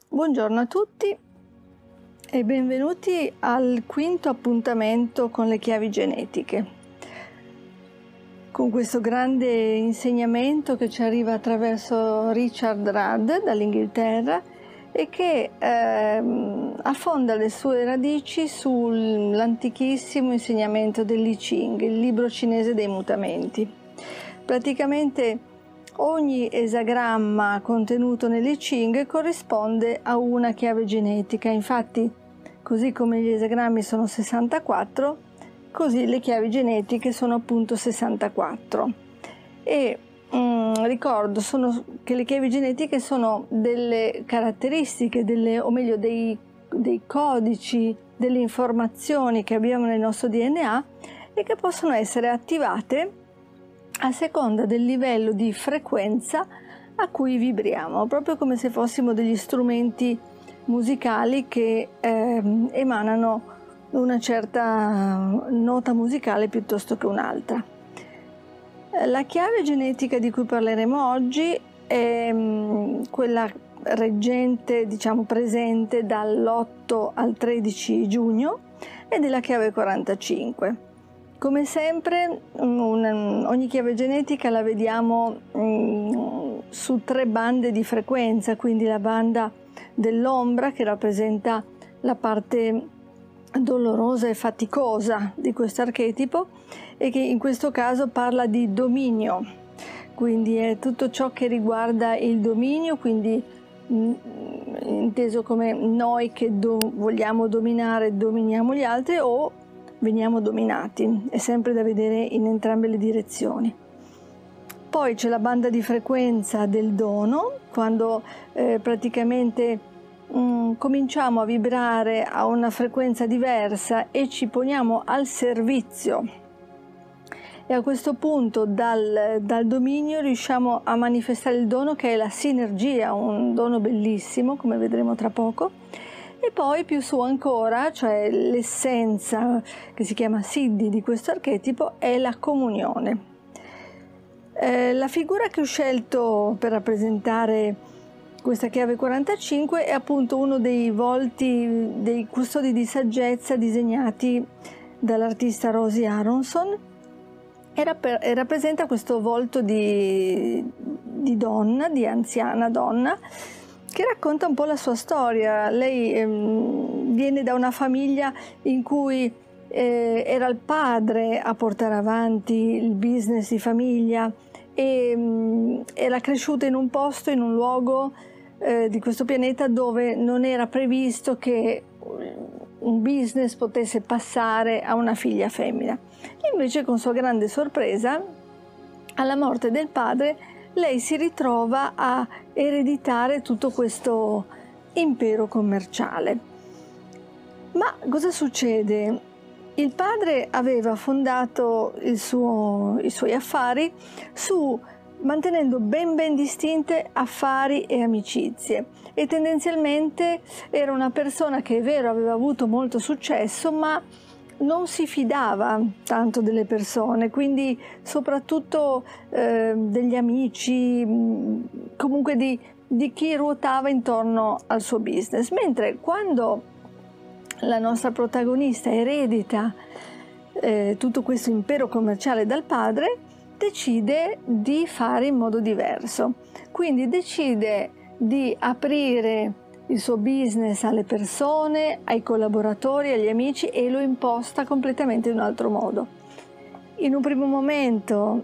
Buongiorno a tutti e benvenuti al quinto appuntamento con le chiavi genetiche. Con questo grande insegnamento che ci arriva attraverso Richard Rudd dall'Inghilterra e che affonda le sue radici sull'antichissimo insegnamento dell'I Ching, il libro cinese dei mutamenti. Praticamente ogni esagramma contenuto nell'I Ching corrisponde a una chiave genetica. Infatti, così come gli esagrammi sono 64, così le chiavi genetiche sono appunto 64. E ricordo che le chiavi genetiche sono delle caratteristiche, o meglio dei codici, delle informazioni che abbiamo nel nostro DNA e che possono essere attivate a seconda del livello di frequenza a cui vibriamo, proprio come se fossimo degli strumenti musicali che emanano una certa nota musicale piuttosto che un'altra. La chiave genetica di cui parleremo oggi è quella reggente, presente dall'8 al 13 giugno ed è la chiave 45. Come sempre, ogni chiave genetica la vediamo su 3 bande di frequenza, quindi la banda dell'ombra che rappresenta la parte dolorosa e faticosa di questo archetipo e che in questo caso parla di dominio, quindi è tutto ciò che riguarda il dominio, quindi inteso come noi che vogliamo dominare, dominiamo gli altri o veniamo dominati, è sempre da vedere in entrambe le direzioni. Poi c'è la banda di frequenza del dono, quando praticamente cominciamo a vibrare a una frequenza diversa e ci poniamo al servizio e a questo punto dal dominio riusciamo a manifestare il dono che è la sinergia, un dono bellissimo come vedremo tra poco. E poi più su ancora, cioè l'essenza che si chiama Siddhi di questo archetipo è la comunione. La figura che ho scelto per rappresentare questa chiave 45 è appunto uno dei volti dei custodi di saggezza disegnati dall'artista Rosie Aronson e rappresenta questo volto di donna, di anziana donna, che racconta un po' la sua storia. Lei viene da una famiglia in cui era il padre a portare avanti il business di famiglia e era cresciuta in un posto, in un luogo di questo pianeta dove non era previsto che un business potesse passare a una figlia femmina. Invece, con sua grande sorpresa, alla morte del padre, lei si ritrova a ereditare tutto questo impero commerciale. Ma cosa succede? Il padre aveva fondato i suoi affari mantenendo ben distinte affari e amicizie e tendenzialmente era una persona che è vero aveva avuto molto successo, ma non si fidava tanto delle persone, quindi soprattutto degli amici, comunque di chi ruotava intorno al suo business. Mentre quando la nostra protagonista eredita tutto questo impero commerciale dal padre, decide di fare in modo diverso. Quindi decide di aprire il suo business alle persone, ai collaboratori, agli amici e lo imposta completamente in un altro modo. In un primo momento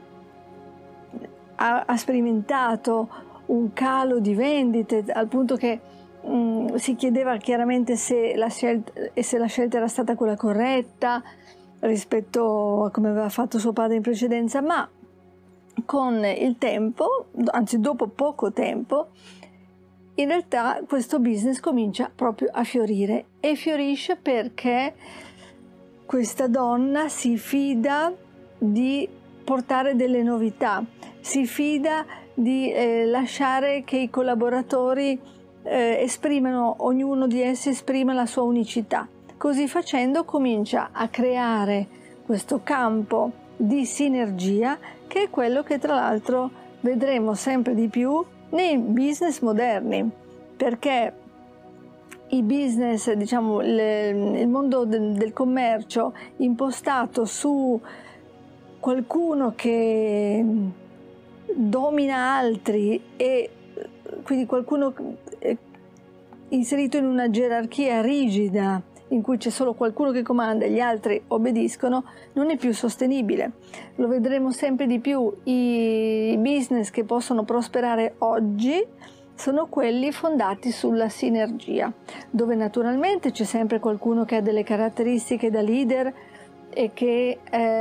ha sperimentato un calo di vendite al punto che si chiedeva chiaramente se la scelta era stata quella corretta rispetto a come aveva fatto suo padre in precedenza, ma con il tempo, anzi dopo poco tempo, in realtà questo business comincia proprio a fiorire e fiorisce perché questa donna si fida di portare delle novità, si fida di lasciare che i collaboratori ognuno di essi esprima la sua unicità. Così facendo comincia a creare questo campo di sinergia che è quello che tra l'altro vedremo sempre di più nei business moderni, perché i business, diciamo, il mondo del commercio impostato su qualcuno che domina altri e quindi qualcuno inserito in una gerarchia rigida in cui c'è solo qualcuno che comanda e gli altri obbediscono, non è più sostenibile. Lo vedremo sempre di più. I business che possono prosperare oggi sono quelli fondati sulla sinergia, dove naturalmente c'è sempre qualcuno che ha delle caratteristiche da leader e che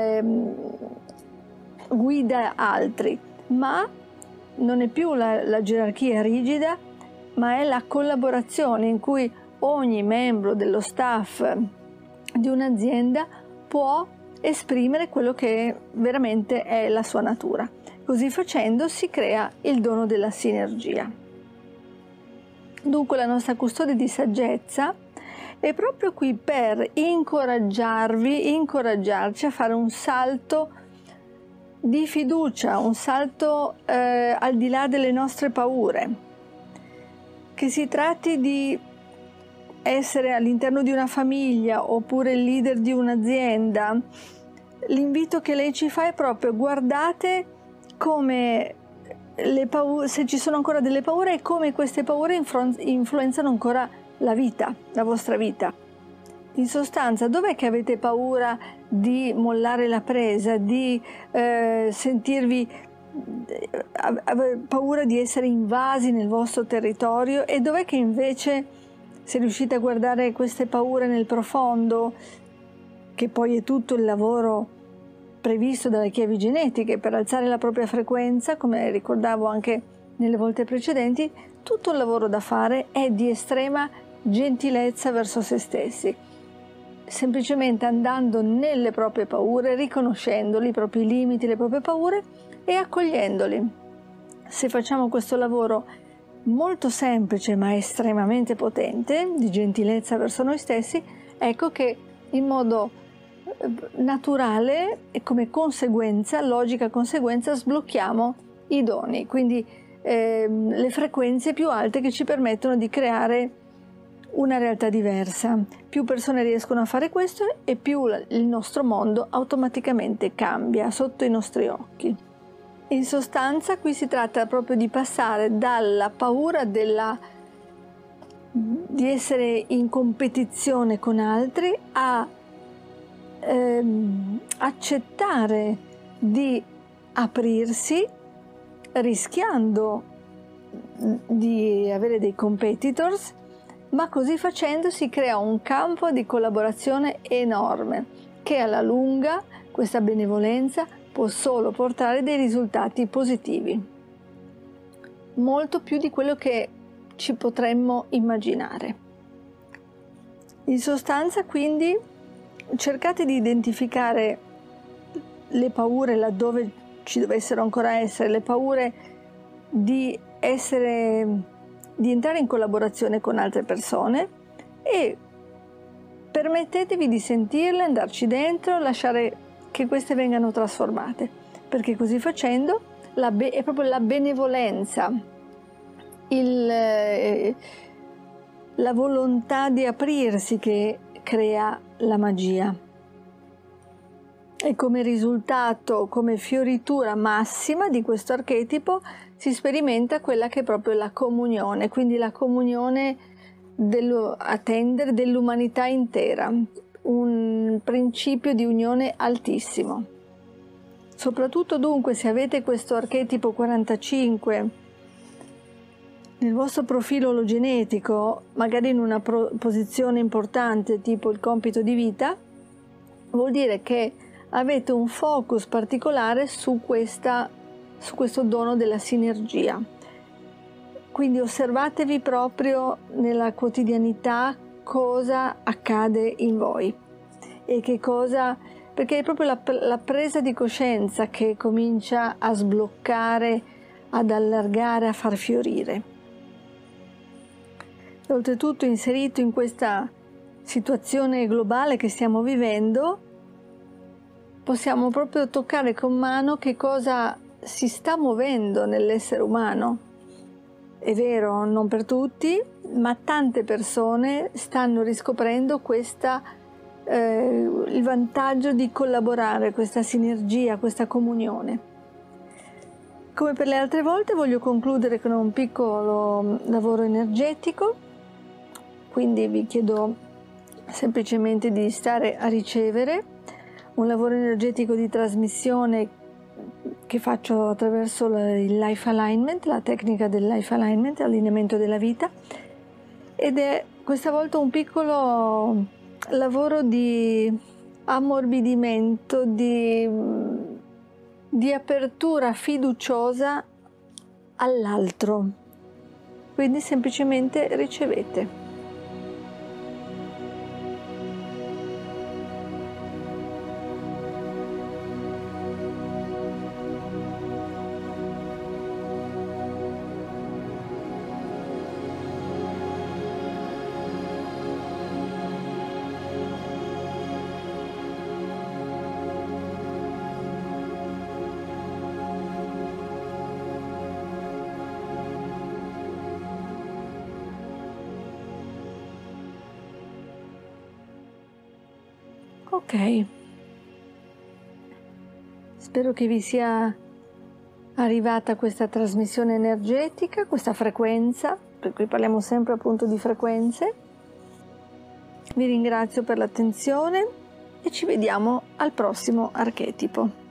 guida altri, ma non è più la gerarchia rigida, ma è la collaborazione in cui ogni membro dello staff di un'azienda può esprimere quello che veramente è la sua natura. Così facendo si crea il dono della sinergia. Dunque la nostra custode di saggezza è proprio qui per incoraggiarci a fare un salto di fiducia, un salto al di là delle nostre paure. Che si tratti di essere all'interno di una famiglia oppure il leader di un'azienda, l'invito che lei ci fa è proprio: guardate come le paure, se ci sono ancora delle paure, e come queste paure influenzano ancora la vita, la vostra vita. In sostanza, dov'è che avete paura di mollare la presa, di sentirvi paura di essere invasi nel vostro territorio, e dov'è che invece, se riuscite a guardare queste paure nel profondo, che poi è tutto il lavoro previsto dalle chiavi genetiche per alzare la propria frequenza, come ricordavo anche nelle volte precedenti, tutto il lavoro da fare è di estrema gentilezza verso se stessi, semplicemente andando nelle proprie paure, riconoscendoli, i propri limiti, le proprie paure e accogliendoli. Se facciamo questo lavoro molto semplice ma estremamente potente di gentilezza verso noi stessi, ecco che in modo naturale e come conseguenza, logica conseguenza, sblocchiamo i doni, quindi le frequenze più alte che ci permettono di creare una realtà diversa. Più persone riescono a fare questo e più il nostro mondo automaticamente cambia sotto i nostri occhi. In sostanza qui si tratta proprio di passare dalla paura di essere in competizione con altri a accettare di aprirsi, rischiando di avere dei competitors, ma così facendo si crea un campo di collaborazione enorme che alla lunga, questa benevolenza, può solo portare dei risultati positivi, molto più di quello che ci potremmo immaginare. In sostanza, quindi, cercate di identificare le paure laddove ci dovessero ancora essere, le paure di entrare in collaborazione con altre persone, e permettetevi di sentirle, andarci dentro, lasciare che queste vengano trasformate, perché così facendo è proprio la benevolenza, la volontà di aprirsi che crea la magia. E come risultato, come fioritura massima di questo archetipo, si sperimenta quella che è proprio la comunione, quindi la comunione a tendere dell'umanità intera, un principio di unione altissimo. Soprattutto dunque se avete questo archetipo 45 nel vostro profilo ologenetico, magari in una posizione importante tipo il compito di vita, vuol dire che avete un focus particolare su questo dono della sinergia. Quindi osservatevi proprio nella quotidianità cosa accade in voi e perché è proprio la presa di coscienza che comincia a sbloccare, ad allargare, a far fiorire. E oltretutto, inserito in questa situazione globale che stiamo vivendo, possiamo proprio toccare con mano che cosa si sta muovendo nell'essere umano. È vero, non per tutti, ma tante persone stanno riscoprendo il vantaggio di collaborare, questa sinergia, questa comunione. Come per le altre volte voglio concludere con un piccolo lavoro energetico, quindi vi chiedo semplicemente di stare a ricevere un lavoro energetico di trasmissione che faccio attraverso il Life Alignment, la tecnica del Life Alignment, allineamento della vita, ed è questa volta un piccolo lavoro di ammorbidimento, di apertura fiduciosa all'altro. Quindi semplicemente ricevete. Ok, spero che vi sia arrivata questa trasmissione energetica, questa frequenza, per cui parliamo sempre appunto di frequenze. Vi ringrazio per l'attenzione e ci vediamo al prossimo archetipo.